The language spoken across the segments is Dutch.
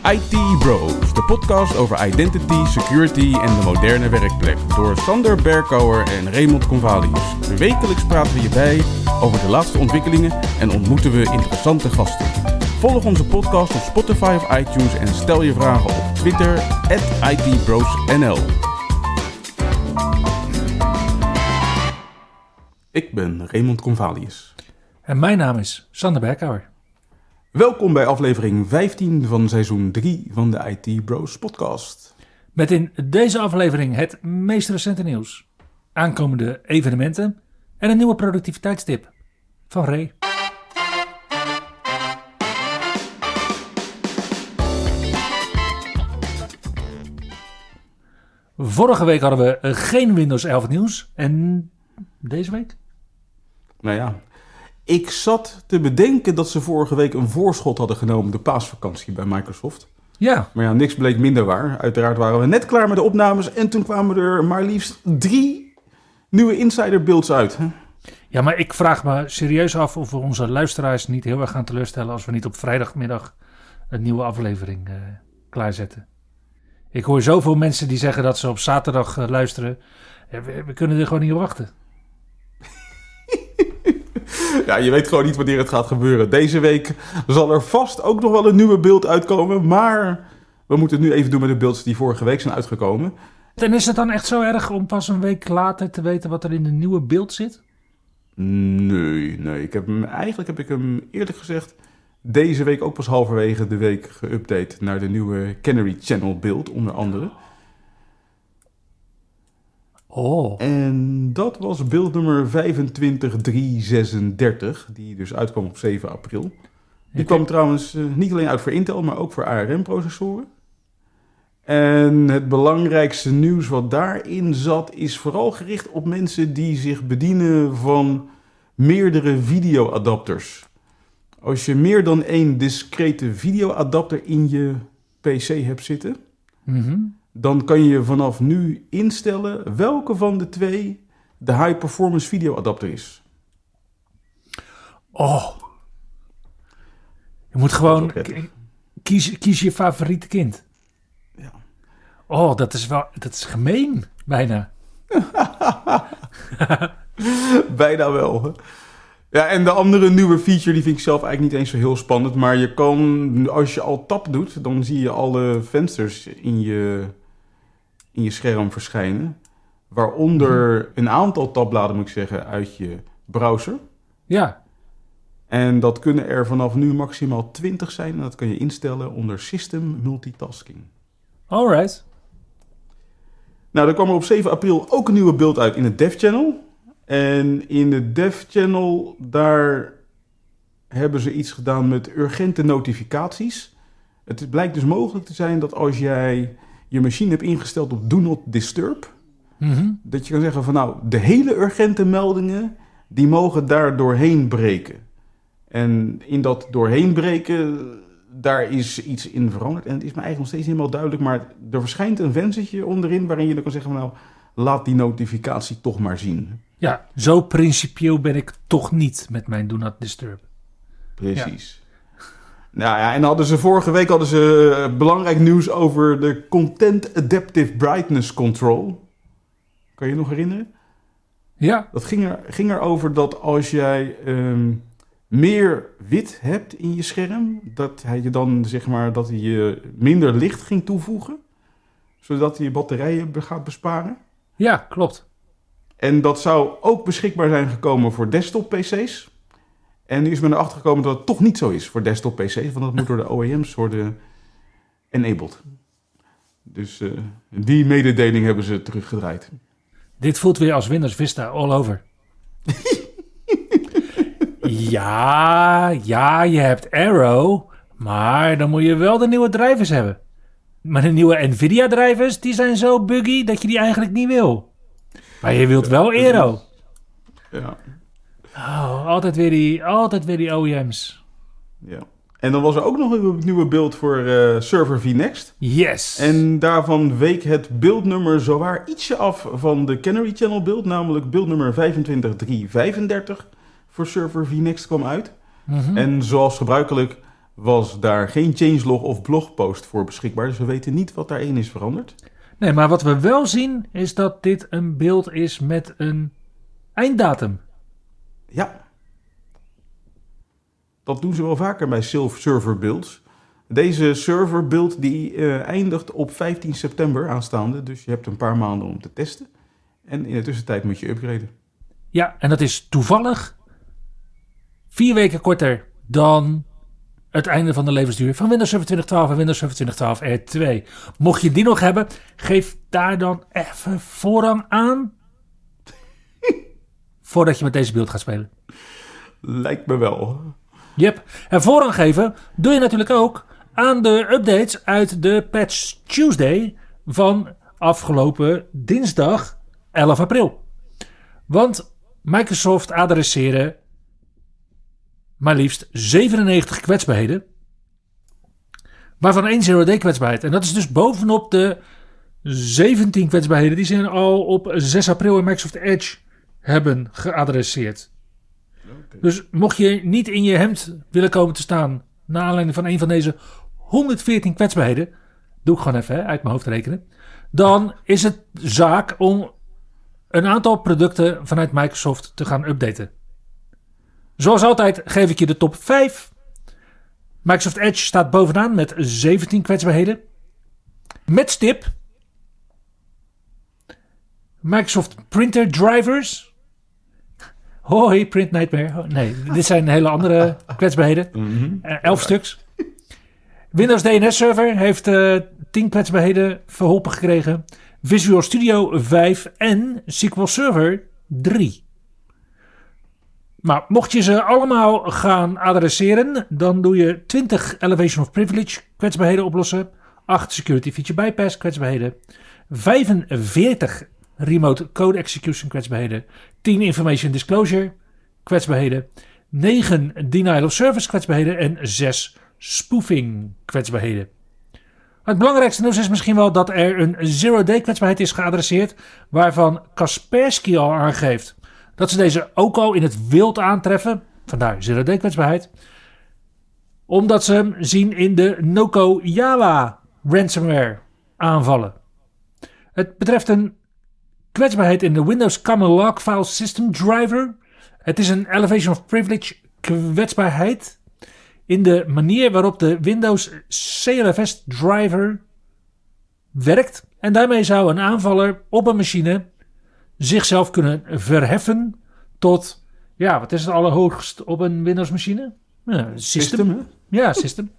IT Bros, de podcast over identity, security en de moderne werkplek. Door Sander Berkouwer en Raymond Convalius. Wekelijks praten we je bij over de laatste ontwikkelingen en ontmoeten we interessante gasten. Volg onze podcast op Spotify of iTunes en stel je vragen op Twitter @ITBrosNL. Ik ben Raymond Convalius. En mijn naam is Sander Berkouwer. Welkom bij aflevering 15 van seizoen 3 van de IT Bros podcast. Met in deze aflevering het meest recente nieuws, aankomende evenementen en een nieuwe productiviteitstip van Ray. Vorige week hadden we geen Windows 11 nieuws en deze week? Nou ja, ik zat te bedenken dat ze vorige week een voorschot hadden genomen, de paasvakantie bij Microsoft. Ja. Maar ja, niks bleek minder waar. Uiteraard waren we net klaar met de opnames en toen kwamen er maar liefst 3 nieuwe insider builds uit. Hè? Ja, maar ik vraag me serieus af of we onze luisteraars niet heel erg gaan teleurstellen als we niet op vrijdagmiddag een nieuwe aflevering klaarzetten. Ik hoor zoveel mensen die zeggen dat ze op zaterdag luisteren. Ja, we kunnen er gewoon niet op wachten. Ja, je weet gewoon niet wanneer het gaat gebeuren. Deze week zal er vast ook nog wel een nieuwe beeld uitkomen. Maar we moeten het nu even doen met de beelds die vorige week zijn uitgekomen. En is het dan echt zo erg om pas een week later te weten wat er in de nieuwe beeld zit? Nee. Eigenlijk heb ik hem eerlijk gezegd deze week ook pas halverwege de week geüpdate naar de nieuwe Canary Channel beeld, onder andere. Oh. En dat was beeld nummer 25336, die dus uitkwam op 7 april. Die kwam trouwens niet alleen uit voor Intel, maar ook voor ARM-processoren. En het belangrijkste nieuws wat daarin zat, is vooral gericht op mensen die zich bedienen van meerdere videoadapters. Als je meer dan 1 discrete videoadapter in je PC hebt zitten, dan kan je vanaf nu instellen welke van de 2 de high-performance videoadapter is. Oh. Je moet gewoon kies je favoriete kind. Ja. Oh, dat is gemeen, bijna. Bijna wel. Hè? Ja, en de andere nieuwe feature, die vind ik zelf eigenlijk niet eens zo heel spannend. Maar je kan, als je al tab doet, dan zie je alle vensters in je scherm verschijnen. Waaronder een aantal tabbladen, moet ik zeggen, uit je browser. Ja. En dat kunnen er vanaf nu maximaal 20 zijn. En dat kan je instellen onder System Multitasking. Alright. Nou, er kwam er op 7 april ook een nieuwe beeld uit in het Dev Channel. En in de Dev Channel, daar hebben ze iets gedaan met urgente notificaties. Het blijkt dus mogelijk te zijn dat als jij je machine hebt ingesteld op Do Not Disturb, dat je kan zeggen van nou, de hele urgente meldingen, die mogen daar doorheen breken. En in dat doorheen breken, daar is iets in veranderd. En het is me eigenlijk nog steeds niet helemaal duidelijk, maar er verschijnt een venstertje onderin waarin je dan kan zeggen van nou, laat die notificatie toch maar zien. Ja, zo principieel ben ik toch niet met mijn Do Not Disturb. Precies. Ja. Nou ja, en vorige week hadden ze belangrijk nieuws over de Content Adaptive Brightness Control. Kan je je nog herinneren? Ja. Dat ging erover dat als jij meer wit hebt in je scherm, dat hij je dan zeg maar dat hij je minder licht ging toevoegen, zodat hij je batterijen gaat besparen. Ja, klopt. En dat zou ook beschikbaar zijn gekomen voor desktop-PC's. En nu is men erachter gekomen dat het toch niet zo is voor desktop-PC's, want dat moet door de OEM's worden enabled. Dus die mededeling hebben ze teruggedraaid. Dit voelt weer als Windows Vista all over. Ja, je hebt Arrow, maar dan moet je wel de nieuwe drivers hebben. Maar de nieuwe Nvidia-drivers, die zijn zo buggy dat je die eigenlijk niet wil. Maar je wilt wel Aero. Ja. Oh, altijd weer die OEM's. Ja. En dan was er ook nog een nieuwe beeld voor server vNext. Yes. En daarvan week het beeldnummer zowaar ietsje af van de Canary Channel beeld, namelijk beeldnummer 25335 voor server vNext kwam uit. En zoals gebruikelijk was daar geen changelog of blogpost voor beschikbaar. Dus we weten niet wat daarin is veranderd. Nee, maar wat we wel zien is dat dit een beeld is met een einddatum. Ja. Dat doen ze wel vaker bij server builds. Deze server build die eindigt op 15 september aanstaande. Dus je hebt een paar maanden om te testen. En in de tussentijd moet je upgraden. Ja, en dat is toevallig 4 weken korter dan het einde van de levensduur van Windows Server 2012 en Windows Server 2012 R2. Mocht je die nog hebben, geef daar dan even voorrang aan. Voordat je met deze beeld gaat spelen. Lijkt me wel. Yep. En voorrang geven doe je natuurlijk ook aan de updates uit de Patch Tuesday van afgelopen dinsdag 11 april. Want Microsoft adresseerde maar liefst 97 kwetsbaarheden. Waarvan 1 zero-day kwetsbaarheid. En dat is dus bovenop de 17 kwetsbaarheden die ze al op 6 april in Microsoft Edge hebben geadresseerd. Okay. Dus mocht je niet in je hemd willen komen te staan naar aanleiding van een van deze 114 kwetsbaarheden, doe ik gewoon even uit mijn hoofd rekenen, dan is het zaak om een aantal producten vanuit Microsoft te gaan updaten. Zoals altijd geef ik je de top 5. Microsoft Edge staat bovenaan met 17 kwetsbaarheden. Met stip. Microsoft Printer Drivers. Hoi, Print Nightmare. Nee, dit zijn hele andere kwetsbaarheden. 11 stuks. Windows DNS Server heeft 10 kwetsbaarheden verholpen gekregen. Visual Studio 5 en SQL Server 3. Maar mocht je ze allemaal gaan adresseren, dan doe je 20 Elevation of Privilege kwetsbaarheden oplossen, 8 Security Feature Bypass kwetsbaarheden, 45 Remote Code Execution kwetsbaarheden, 10 Information Disclosure kwetsbaarheden, 9 Denial of Service kwetsbaarheden en 6 Spoofing kwetsbaarheden. Het belangrijkste nieuws is misschien wel dat er een zero-day kwetsbaarheid is geadresseerd, waarvan Kaspersky al aangeeft dat ze deze ook al in het wild aantreffen. Vandaar zero-day kwetsbaarheid. Omdat ze hem zien in de Noco Java ransomware aanvallen. Het betreft een kwetsbaarheid in de Windows Common Log File System Driver. Het is een Elevation of Privilege kwetsbaarheid in de manier waarop de Windows CLFS driver werkt. En daarmee zou een aanvaller op een machine zichzelf kunnen verheffen tot, ja, wat is het allerhoogst op een Windows machine? Ja, system. Ja, system.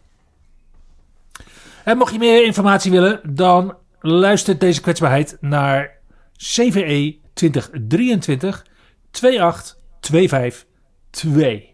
En mocht je meer informatie willen, dan luistert deze kwetsbaarheid naar CVE 2023 28252.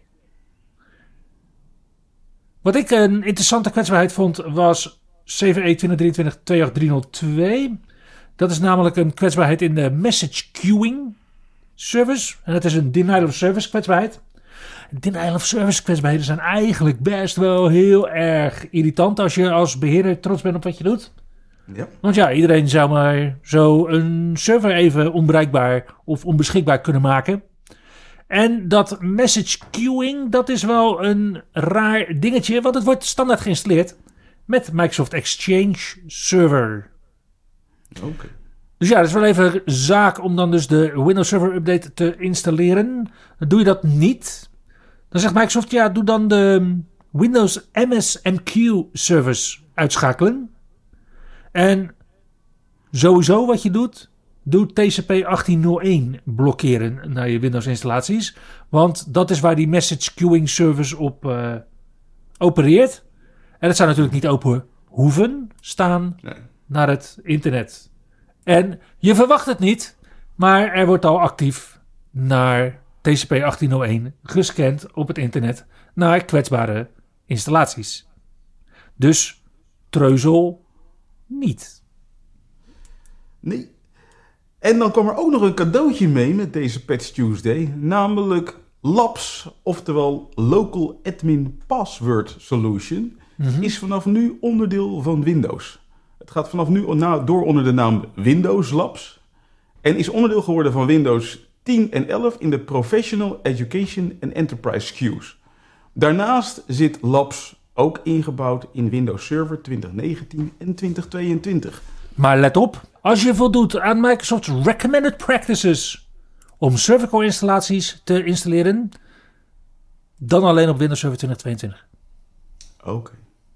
Wat ik een interessante kwetsbaarheid vond was CVE 2023-28302. Dat is namelijk een kwetsbaarheid in de message queuing service. En dat is een denial of service kwetsbaarheid. Denial of service kwetsbaarheden zijn eigenlijk best wel heel erg irritant als je als beheerder trots bent op wat je doet. Ja. Want ja, iedereen zou maar zo een server even onbereikbaar of onbeschikbaar kunnen maken. En dat message queuing, dat is wel een raar dingetje, want het wordt standaard geïnstalleerd met Microsoft Exchange Server. Okay. Dus ja, dat is wel even zaak om dan dus de Windows Server Update te installeren. Doe je dat niet, dan zegt Microsoft, ja, doe dan de Windows MSMQ service uitschakelen. En sowieso wat je doet, doe TCP 1801 blokkeren naar je Windows installaties. Want dat is waar die message queuing service op opereert. En dat zou natuurlijk niet open hoeven staan naar het internet. En je verwacht het niet, maar er wordt al actief naar TCP 1801 gescand op het internet naar kwetsbare installaties. Dus treuzel niet. Nee. En dan kwam er ook nog een cadeautje mee met deze Patch Tuesday, namelijk Labs, oftewel Local Admin Password Solution, is vanaf nu onderdeel van Windows. Het gaat vanaf nu door onder de naam Windows Labs en is onderdeel geworden van Windows 10 en 11 in de Professional, Education en Enterprise SKU's. Daarnaast zit Labs ook ingebouwd in Windows Server 2019 en 2022. Maar let op, als je voldoet aan Microsoft's recommended practices om Server installaties te installeren, dan alleen op Windows Server 2022. Oké.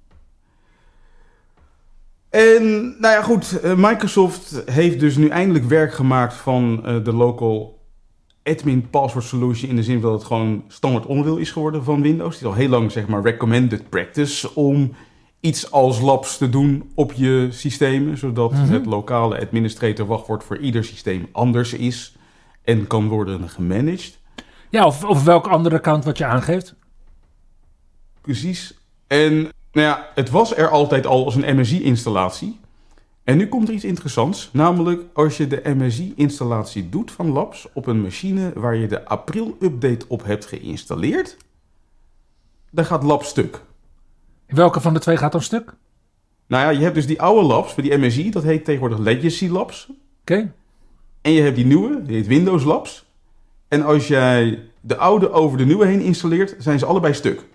En nou ja goed, Microsoft heeft dus nu eindelijk werk gemaakt van de local admin password solution in de zin dat het gewoon standaard onderdeel is geworden van Windows. Het is al heel lang zeg maar recommended practice om iets als labs te doen op je systemen, zodat het lokale administrator wachtwoord voor ieder systeem anders is en kan worden gemanaged. Ja, of welk andere account wat je aangeeft. Precies. En nou ja, het was er altijd al als een MSI-installatie. En nu komt er iets interessants. Namelijk als je de MSI-installatie doet van Labs op een machine waar je de april-update op hebt geïnstalleerd, dan gaat Labs stuk. Welke van de twee gaat dan stuk? Nou ja, je hebt dus die oude Labs, die MSI, dat heet tegenwoordig Legacy Labs. Oké. En je hebt die nieuwe, die heet Windows Labs. En als jij de oude over de nieuwe heen installeert, zijn ze allebei stuk.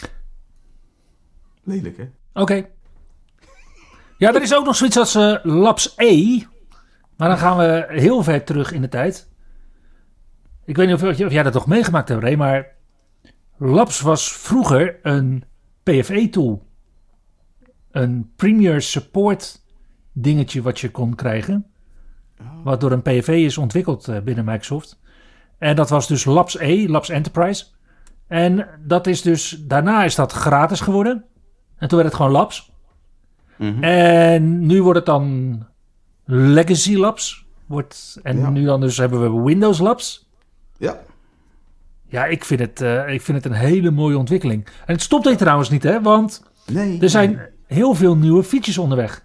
Lelijk, hè? Oké. Ja, er is ook nog zoiets als Labs E. Maar dan gaan we heel ver terug in de tijd. Ik weet niet of jij dat toch meegemaakt hebt, Ray, maar Labs was vroeger een PFE-tool. Een Premier Support dingetje wat je kon krijgen. Wat door een PFE is ontwikkeld binnen Microsoft. En dat was dus Labs E, Labs Enterprise. En dat is dus, daarna is dat gratis geworden. En toen werd het gewoon Labs. En nu wordt het dan Legacy Labs. Nu dan dus hebben we Windows Labs. Ja. Ja, ik vind het een hele mooie ontwikkeling. En het stopt er trouwens niet, hè? Want er zijn heel veel nieuwe features onderweg.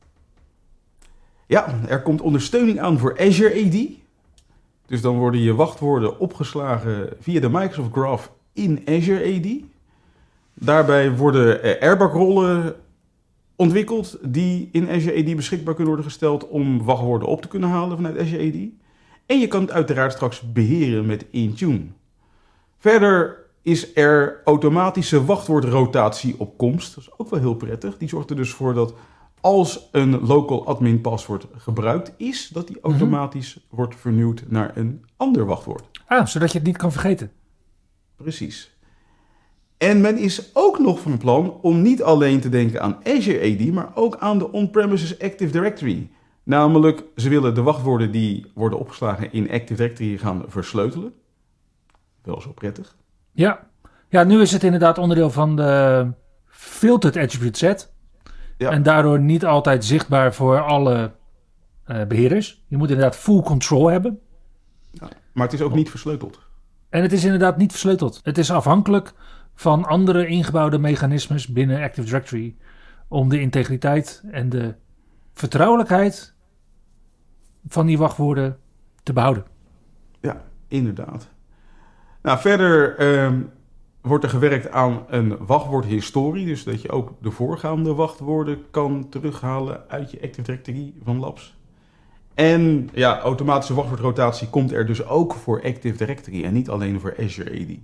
Ja, er komt ondersteuning aan voor Azure AD. Dus dan worden je wachtwoorden opgeslagen via de Microsoft Graph in Azure AD. Daarbij worden airbag-rollen ontwikkeld die in Azure AD beschikbaar kunnen worden gesteld om wachtwoorden op te kunnen halen vanuit Azure AD. En je kan het uiteraard straks beheren met Intune. Verder is er automatische wachtwoordrotatie op komst. Dat is ook wel heel prettig. Die zorgt er dus voor dat als een local admin paswoord gebruikt is, dat die automatisch wordt vernieuwd naar een ander wachtwoord. Zodat je het niet kan vergeten. Precies. En men is ook nog van plan om niet alleen te denken aan Azure AD, maar ook aan de on-premises Active Directory. Namelijk, ze willen de wachtwoorden die worden opgeslagen in Active Directory gaan versleutelen. Wel zo prettig. Ja, nu is het inderdaad onderdeel van de filtered attribute set. Ja. En daardoor niet altijd zichtbaar voor alle beheerders. Je moet inderdaad full control hebben. Ja, maar het is ook niet versleuteld. En het is inderdaad niet versleuteld. Het is afhankelijk van andere ingebouwde mechanismes binnen Active Directory om de integriteit en de vertrouwelijkheid van die wachtwoorden te behouden. Ja, inderdaad. Nou, verder wordt er gewerkt aan een wachtwoordhistorie, dus dat je ook de voorgaande wachtwoorden kan terughalen uit je Active Directory van Labs. En ja, automatische wachtwoordrotatie komt er dus ook voor Active Directory en niet alleen voor Azure AD.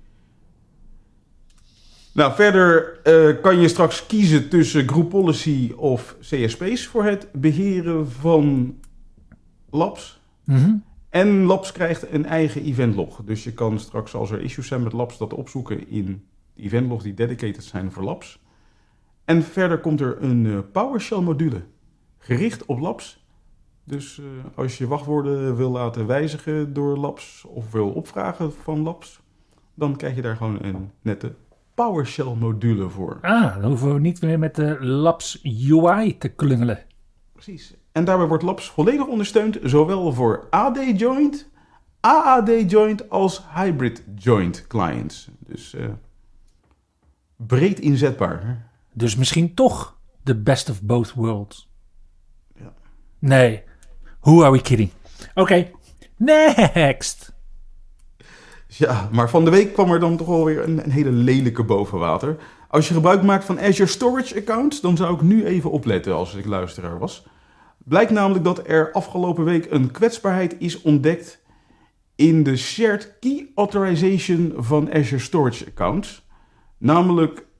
Nou, verder kan je straks kiezen tussen Group Policy of CSP's voor het beheren van Labs. En Labs krijgt een eigen eventlog. Dus je kan straks, als er issues zijn met Labs, dat opzoeken in de eventlogs die dedicated zijn voor Labs. En verder komt er een PowerShell module gericht op Labs. Dus als je wachtwoorden wil laten wijzigen door Labs of wil opvragen van Labs, dan krijg je daar gewoon een nette PowerShell module voor. Dan hoeven we niet meer met de Labs UI te klungelen. Precies. En daarbij wordt Labs volledig ondersteund, zowel voor AD-joint, AAD-joint als hybrid-joint clients. Dus breed inzetbaar. Dus misschien toch the best of both worlds. Ja. Nee, who are we kidding? Oké, next. Ja, maar van de week kwam er dan toch wel weer een hele lelijke boven water. Als je gebruik maakt van Azure Storage Accounts, dan zou ik nu even opletten als ik luisteraar was. Blijkt namelijk dat er afgelopen week een kwetsbaarheid is ontdekt in de Shared Key Authorization van Azure Storage Accounts. Namelijk,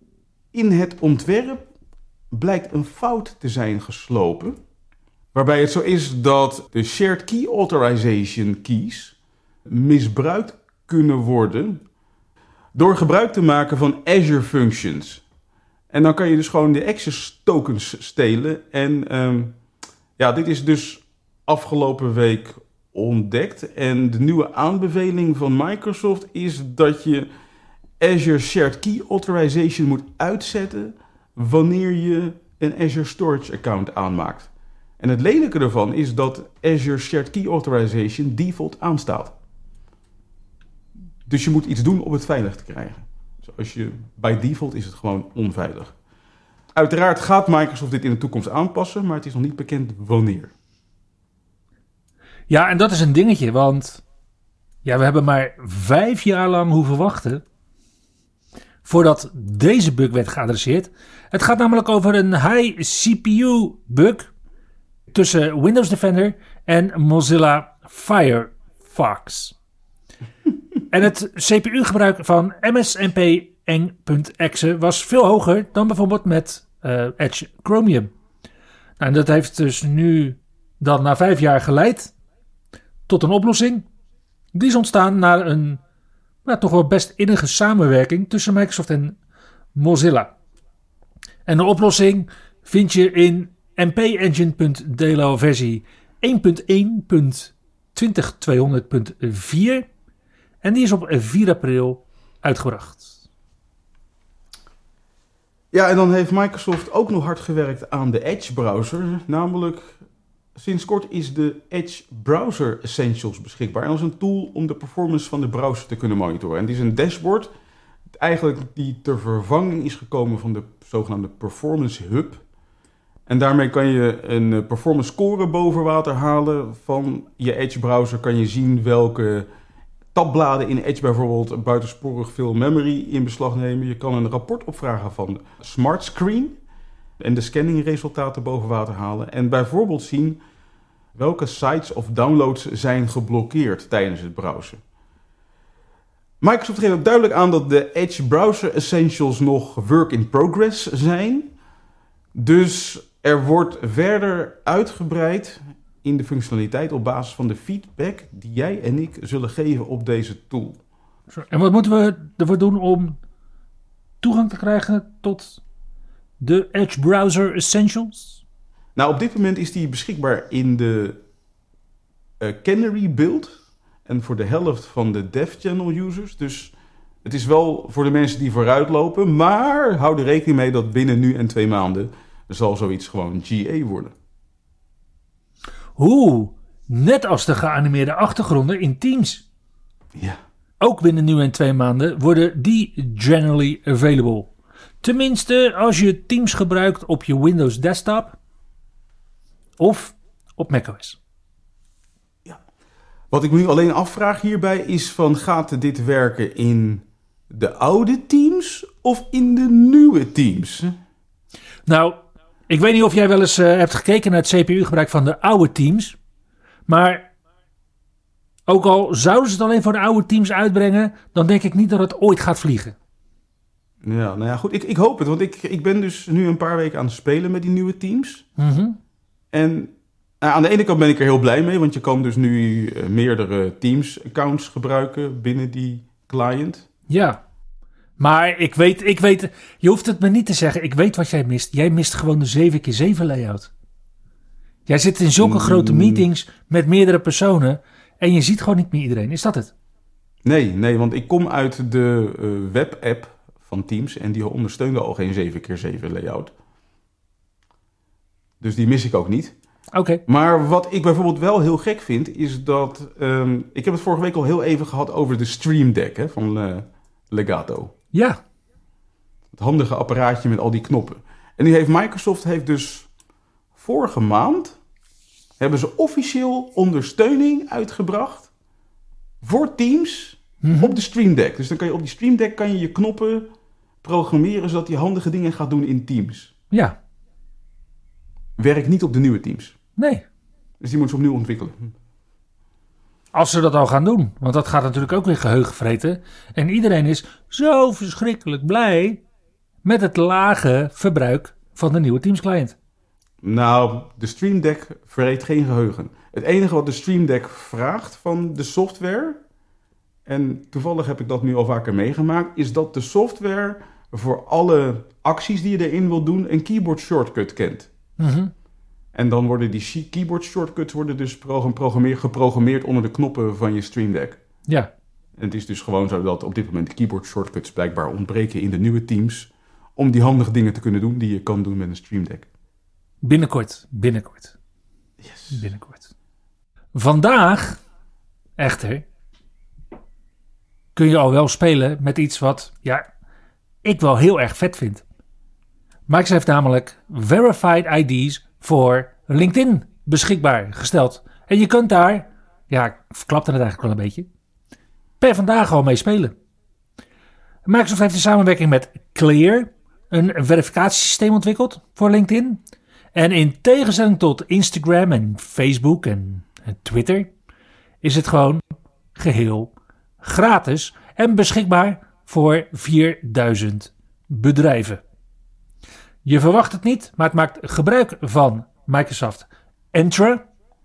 In het ontwerp blijkt een fout te zijn geslopen, waarbij het zo is dat de Shared Key Authorization keys misbruikt kunnen worden door gebruik te maken van Azure Functions. En dan kan je dus gewoon de Access tokens stelen. En dit is dus afgelopen week ontdekt. En de nieuwe aanbeveling van Microsoft is dat je Azure Shared Key Authorization moet uitzetten wanneer je een Azure Storage account aanmaakt. En het lelijke ervan is dat Azure Shared Key Authorization default aanstaat. Dus je moet iets doen om het veilig te krijgen. Dus bij default is het gewoon onveilig. Uiteraard gaat Microsoft dit in de toekomst aanpassen, maar het is nog niet bekend wanneer. Ja, en dat is een dingetje, want we hebben maar 5 jaar lang hoeven wachten voordat deze bug werd geadresseerd. Het gaat namelijk over een high CPU bug tussen Windows Defender en Mozilla Firefox. En het CPU-gebruik van MSNP.exe was veel hoger dan bijvoorbeeld met Edge Chromium. Nou, en dat heeft dus nu dan na 5 jaar geleid tot een oplossing. Die is ontstaan na een toch wel best innige samenwerking tussen Microsoft en Mozilla. En de oplossing vind je in mpengine.delo versie 1.1.202.4 en die is op 4 april uitgebracht. Ja, en dan heeft Microsoft ook nog hard gewerkt aan de Edge browser. Namelijk, sinds kort is de Edge Browser Essentials beschikbaar. En dat is een tool om de performance van de browser te kunnen monitoren. En het is een dashboard eigenlijk die ter vervanging is gekomen van de zogenaamde Performance Hub. En daarmee kan je een performance score boven water halen van je Edge browser. Kan je zien welke tabbladen in Edge bijvoorbeeld buitensporig veel memory in beslag nemen. Je kan een rapport opvragen van Smart Screen en de scanningresultaten boven water halen. En bijvoorbeeld zien welke sites of downloads zijn geblokkeerd tijdens het browsen. Microsoft geeft ook duidelijk aan dat de Edge Browser Essentials nog work in progress zijn. Dus er wordt verder uitgebreid in de functionaliteit op basis van de feedback die jij en ik zullen geven op deze tool. En wat moeten we ervoor doen om toegang te krijgen tot de Edge Browser Essentials? Nou, op dit moment is die beschikbaar in de Canary build en voor de helft van de Dev Channel users. Dus het is wel voor de mensen die vooruitlopen, maar hou er rekening mee dat binnen nu en 2 maanden zal zoiets gewoon GA worden. Net als de geanimeerde achtergronden in Teams. Ja. Ook binnen nu en 2 maanden worden die generally available. Tenminste, als je Teams gebruikt op je Windows desktop of op macOS. Ja. Wat ik me nu alleen afvraag hierbij is van, gaat dit werken in de oude Teams of in de nieuwe Teams? Nou, ik weet niet of jij wel eens hebt gekeken naar het CPU-gebruik van de oude Teams. Maar ook al zouden ze het alleen voor de oude Teams uitbrengen, dan denk ik niet dat het ooit gaat vliegen. Ja, nou ja, goed. Ik hoop het, want ik ben dus nu een paar weken aan het spelen met die nieuwe Teams. Mm-hmm. En aan de ene kant ben ik er heel blij mee, want je kan dus nu meerdere Teams-accounts gebruiken binnen die client. Ja, maar ik weet, je hoeft het me niet te zeggen, ik weet wat jij mist. Jij mist gewoon de 7x7 layout. Jij zit in zulke grote meetings met meerdere personen en je ziet gewoon niet meer iedereen. Is dat het? Nee, want ik kom uit de webapp van Teams en die ondersteunde al geen 7x7 layout. Dus die mis ik ook niet. Oké. Maar wat ik bijvoorbeeld wel heel gek vind, is dat ik heb het vorige week al heel even gehad over de Stream Deck van Legato. Ja. Het handige apparaatje met al die knoppen. En die Microsoft dus vorige maand hebben ze officieel ondersteuning uitgebracht voor Teams op de Stream Deck. Dus dan kan je op die Stream Deck je knoppen programmeren zodat die handige dingen gaat doen in Teams. Ja. Werkt niet op de nieuwe Teams. Nee. Dus die moeten ze opnieuw ontwikkelen. Als ze dat al gaan doen. Want dat gaat natuurlijk ook weer geheugen vreten. En iedereen is zo verschrikkelijk blij met het lage verbruik van de nieuwe Teams client? Nou, de Stream Deck vreet geen geheugen. Het enige wat de Stream Deck vraagt van de software, en toevallig heb ik dat nu al vaker meegemaakt, is dat de software voor alle acties die je erin wil doen een keyboard shortcut kent. Mm-hmm. En dan worden die keyboard shortcuts dus geprogrammeerd onder de knoppen van je Stream Deck. Ja. En het is dus gewoon zo dat op dit moment de keyboard shortcuts blijkbaar ontbreken in de nieuwe Teams om die handige dingen te kunnen doen die je kan doen met een Stream Deck. Binnenkort. Yes. Binnenkort. Vandaag, echter, kun je al wel spelen met iets wat ik wel heel erg vet vind. Microsoft heeft namelijk verified ID's voor LinkedIn beschikbaar gesteld. En je kunt daar, ik verklapte het eigenlijk wel een beetje, per vandaag al mee spelen. Microsoft heeft in samenwerking met Clear een verificatiesysteem ontwikkeld voor LinkedIn. En in tegenstelling tot Instagram en Facebook en Twitter is het gewoon geheel gratis en beschikbaar voor 4000 bedrijven. Je verwacht het niet, maar het maakt gebruik van Microsoft Entra.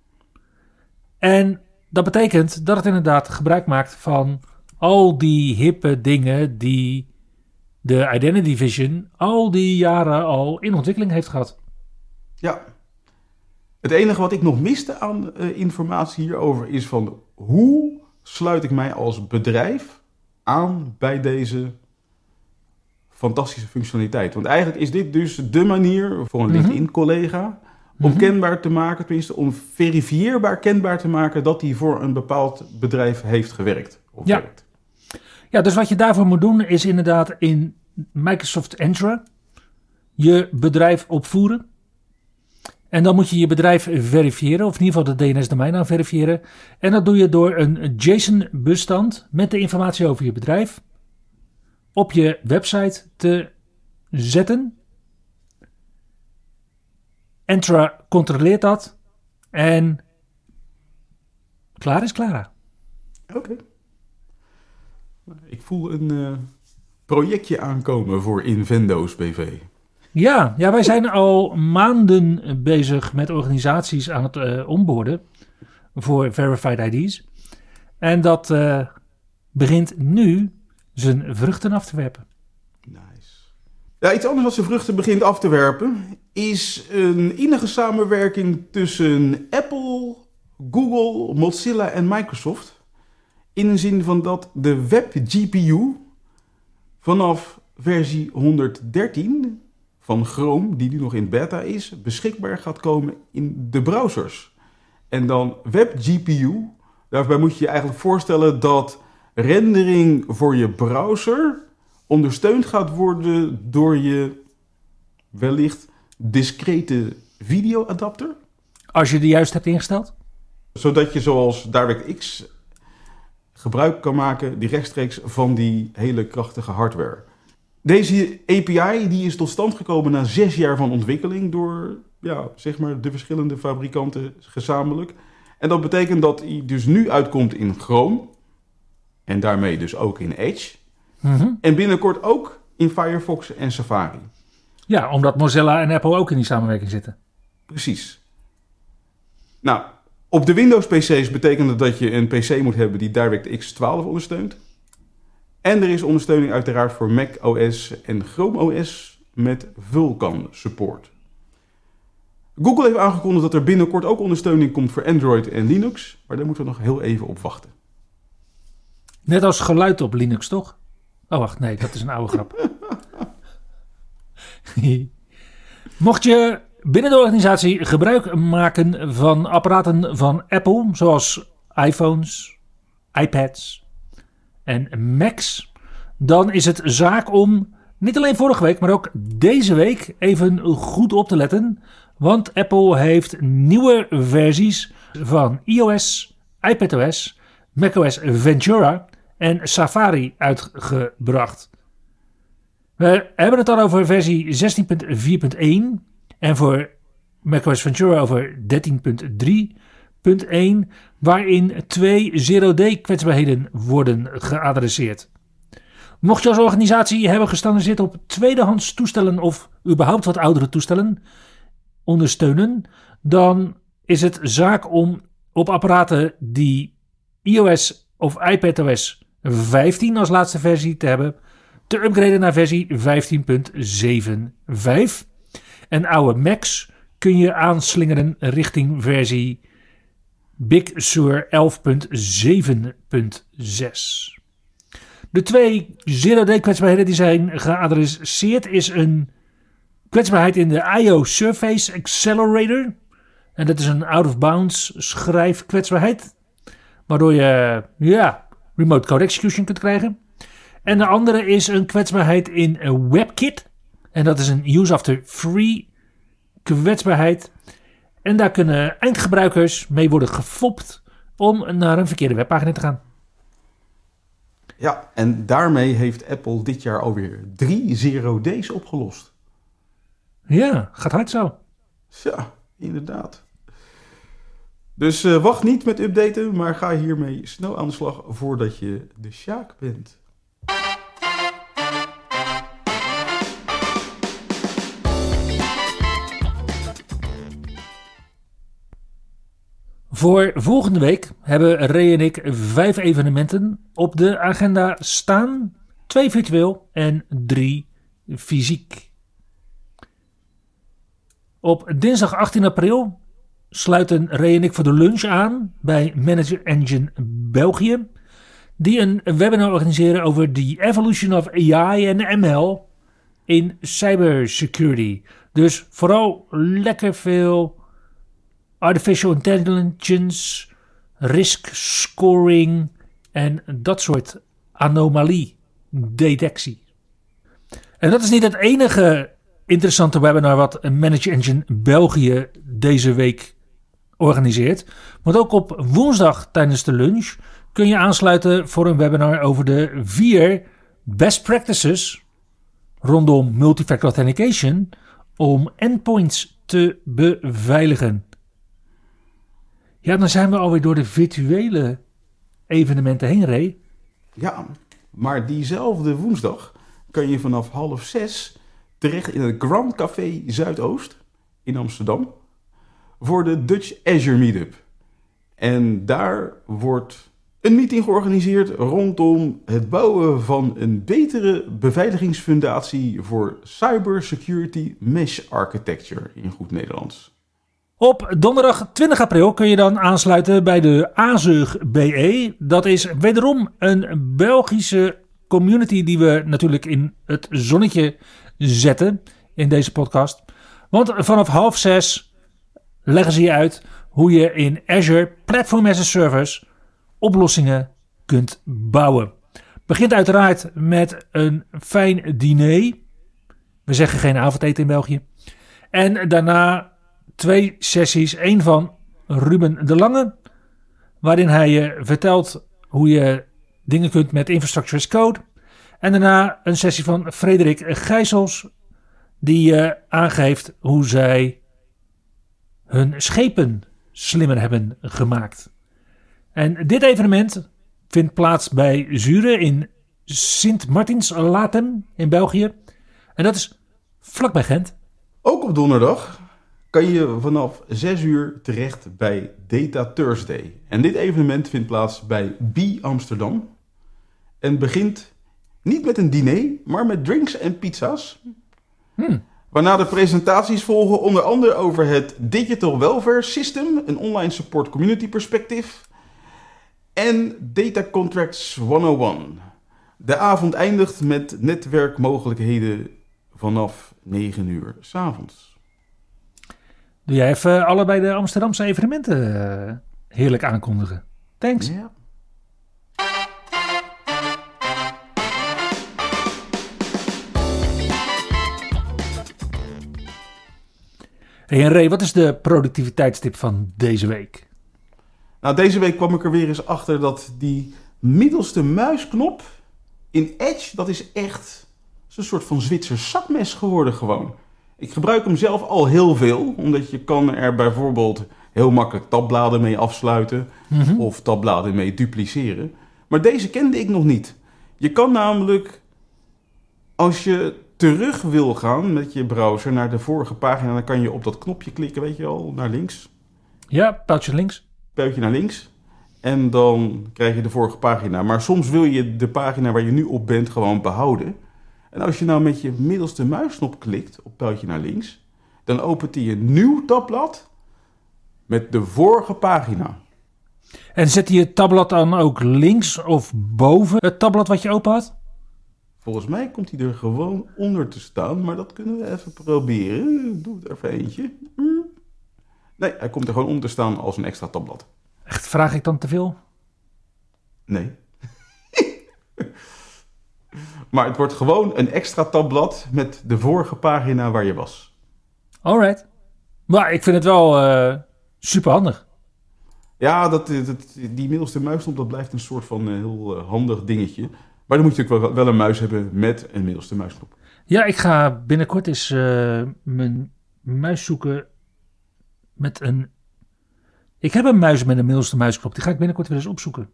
En dat betekent dat het inderdaad gebruik maakt van al die hippe dingen die de Identity Vision al die jaren al in ontwikkeling heeft gehad. Ja. Het enige wat ik nog miste aan informatie hierover is van hoe sluit ik mij als bedrijf aan bij deze fantastische functionaliteit. Want eigenlijk is dit dus de manier voor een LinkedIn-collega om kenbaar te maken, tenminste om verifieerbaar kenbaar te maken dat hij voor een bepaald bedrijf heeft gewerkt. Of werkt. Ja, dus wat je daarvoor moet doen is inderdaad in Microsoft Entra je bedrijf opvoeren. En dan moet je je bedrijf verifiëren, of in ieder geval de DNS-domeinnaam verifiëren. En dat doe je door een JSON-bestand met de informatie over je bedrijf op je website te zetten. Entra controleert dat en klaar is Clara. Oké. Ik voel een projectje aankomen voor Invendo's BV. Ja, wij zijn al maanden bezig met organisaties aan het onboarden voor verified ID's. En dat begint nu zijn vruchten af te werpen. Nice. Ja, iets anders wat zijn vruchten begint af te werpen is een innige samenwerking tussen Apple, Google, Mozilla en Microsoft. In de zin van dat de WebGPU vanaf versie 113 van Chrome, die nu nog in beta is, beschikbaar gaat komen in de browsers. En dan WebGPU, daarbij moet je je eigenlijk voorstellen dat rendering voor je browser ondersteund gaat worden door je wellicht discrete videoadapter. Als je die juist hebt ingesteld? Zodat je zoals DirectX gebruik kan maken die rechtstreeks van die hele krachtige hardware. Deze API die is tot stand gekomen na 6 jaar van ontwikkeling door de verschillende fabrikanten gezamenlijk. En dat betekent dat hij dus nu uitkomt in Chrome en daarmee dus ook in Edge. Mm-hmm. En binnenkort ook in Firefox en Safari. Ja, omdat Mozilla en Apple ook in die samenwerking zitten. Precies. Nou, op de Windows PC's betekent het dat je een PC moet hebben die DirectX 12 ondersteunt. En er is ondersteuning uiteraard voor Mac OS en Chrome OS met Vulkan support. Google heeft aangekondigd dat er binnenkort ook ondersteuning komt voor Android en Linux, maar daar moeten we nog heel even op wachten. Net als geluid op Linux, toch? Oh, wacht, nee, dat is een oude grap. Mocht je binnen de organisatie gebruik maken van apparaten van Apple, zoals iPhones, iPads en Macs, dan is het zaak om niet alleen vorige week, maar ook deze week even goed op te letten. Want Apple heeft nieuwe versies van iOS, iPadOS, macOS Ventura en Safari uitgebracht. We hebben het dan over versie 16.4.1 en voor macOS Ventura over 13.3.1, waarin 2 0D kwetsbaarheden worden geadresseerd. Mocht je als organisatie hebben gestandardiseerd op tweedehands toestellen of überhaupt wat oudere toestellen ondersteunen, dan is het zaak om op apparaten die iOS of iPadOS 15 als laatste versie te hebben, te upgraden naar versie 15.7.5. En oude Macs kun je aanslingeren richting versie Big Sur 11.7.6. De 2 zero-day kwetsbaarheden die zijn geadresseerd is een kwetsbaarheid in de I.O. Surface Accelerator. En dat is een out-of-bounds schrijfkwetsbaarheid, waardoor je remote code execution kunt krijgen. En de andere is een kwetsbaarheid in WebKit. En dat is een use after free kwetsbaarheid. En daar kunnen eindgebruikers mee worden gefopt om naar een verkeerde webpagina te gaan. Ja, en daarmee heeft Apple dit jaar alweer 3 zero days opgelost. Ja, gaat hard zo. Ja, inderdaad. Dus wacht niet met updaten, maar ga hiermee snel aan de slag voordat je de sjaak bent. Voor volgende week hebben Ray en ik 5 evenementen op de agenda staan. 2 virtueel en 3 fysiek. Op dinsdag 18 april sluiten Ray en ik voor de lunch aan bij Manager Engine België, die een webinar organiseren over the evolution of AI en ML in cybersecurity. Dus vooral lekker veel artificial intelligence, risk scoring en dat soort anomalie detectie. En dat is niet het enige interessante webinar wat Manager Engine België deze week organiseert. Want ook op woensdag tijdens de lunch kun je aansluiten voor een webinar over de 4 best practices rondom multifactor authentication om endpoints te beveiligen. Ja, dan zijn we alweer door de virtuele evenementen heen, Ray. Ja, maar diezelfde woensdag kan je vanaf 5:30 terecht in het Grand Café Zuidoost in Amsterdam voor de Dutch Azure Meetup. En daar wordt een meeting georganiseerd rondom het bouwen van een betere beveiligingsfundatie voor cybersecurity mesh architecture in goed Nederlands. Op donderdag 20 april kun je dan aansluiten bij de AZUG BE. Dat is wederom een Belgische community die we natuurlijk in het zonnetje zetten in deze podcast. Want vanaf 5:30 leggen ze je uit hoe je in Azure Platform as a Service oplossingen kunt bouwen. Begint uiteraard met een fijn diner. We zeggen geen avondeten in België. En daarna 2 sessies. 1 van Ruben de Lange, waarin hij je vertelt hoe je dingen kunt met Infrastructure as Code. En daarna een sessie van Frederik Gijsels, die je aangeeft hoe zij hun schepen slimmer hebben gemaakt. En dit evenement vindt plaats bij Zure in Sint-Martins-Latem in België. En dat is vlakbij Gent. Ook op donderdag kan je vanaf 6:00 terecht bij Data Thursday. En dit evenement vindt plaats bij B Amsterdam. En begint niet met een diner, maar met drinks en pizza's. Waarna de presentaties volgen onder andere over het Digital Welfare System, een online support community perspective, en Data Contracts 101. De avond eindigt met netwerkmogelijkheden vanaf 9:00 's avonds. Doe jij even allebei de Amsterdamse evenementen heerlijk aankondigen. Thanks. Ja. Hey Ray, wat is de productiviteitstip van deze week? Nou, deze week kwam ik er weer eens achter dat die middelste muisknop in Edge, dat is echt een soort van Zwitsers zakmes geworden gewoon. Ik gebruik hem zelf al heel veel, omdat je kan er bijvoorbeeld heel makkelijk tabbladen mee afsluiten of tabbladen mee dupliceren. Maar deze kende ik nog niet. Je kan namelijk Als je terug wil gaan met je browser naar de vorige pagina, dan kan je op dat knopje klikken, weet je wel, naar links. Ja, pijltje links. Pijltje naar links. En dan krijg je de vorige pagina. Maar soms wil je de pagina waar je nu op bent gewoon behouden. En als je nou met je middelste muisknop klikt op pijltje naar links, dan opent hij een nieuw tabblad met de vorige pagina. En zet je het tabblad dan ook links of boven het tabblad wat je open had? Volgens mij komt hij er gewoon onder te staan, maar dat kunnen we even proberen. Doe het even eentje. Nee, hij komt er gewoon onder te staan als een extra tabblad. Echt, vraag ik dan te veel? Nee. Maar het wordt gewoon een extra tabblad met de vorige pagina waar je was. Alright. Maar ik vind het wel super handig. Ja, die middelste muisknop, dat blijft een soort van heel handig dingetje. Maar dan moet je natuurlijk wel een muis hebben met een middelste muisknop. Ja, ik ga binnenkort eens mijn muis zoeken met een... Ik heb een muis met een middelste muisknop. Die ga ik binnenkort weer eens opzoeken.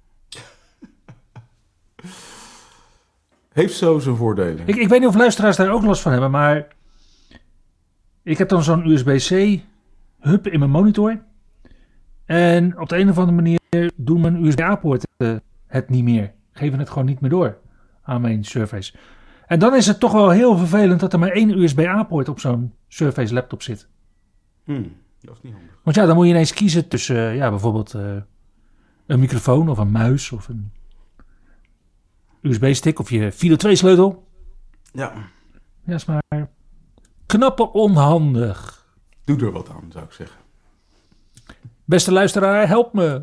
Heeft zo zijn voordelen. Ik weet niet of luisteraars daar ook last van hebben, maar... Ik heb dan zo'n USB-C hub in mijn monitor. En op de een of andere manier doen mijn USB-A-poorten het niet meer. Geven het gewoon niet meer door aan mijn Surface. En dan is het toch wel heel vervelend dat er maar 1 USB-A-poort op zo'n Surface laptop zit. Dat is niet handig. Want ja, dan moet je ineens kiezen tussen bijvoorbeeld een microfoon of een muis of een USB-stick of je Fido 2 sleutel. Ja. Ja, is maar knappe onhandig. Doe er wat aan, zou ik zeggen. Beste luisteraar, help me.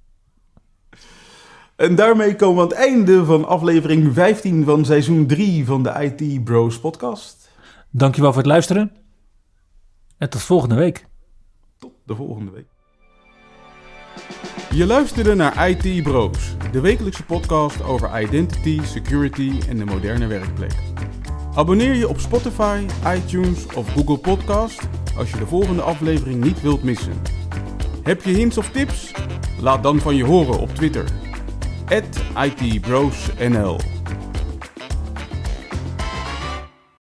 En daarmee komen we aan het einde van aflevering 15 van seizoen 3 van de IT Bros podcast. Dankjewel voor het luisteren. En tot volgende week. Tot de volgende week. Je luisterde naar IT Bros, de wekelijkse podcast over identity, security en de moderne werkplek. Abonneer je op Spotify, iTunes of Google Podcast als je de volgende aflevering niet wilt missen. Heb je hints of tips? Laat dan van je horen op Twitter. @ITBrosNL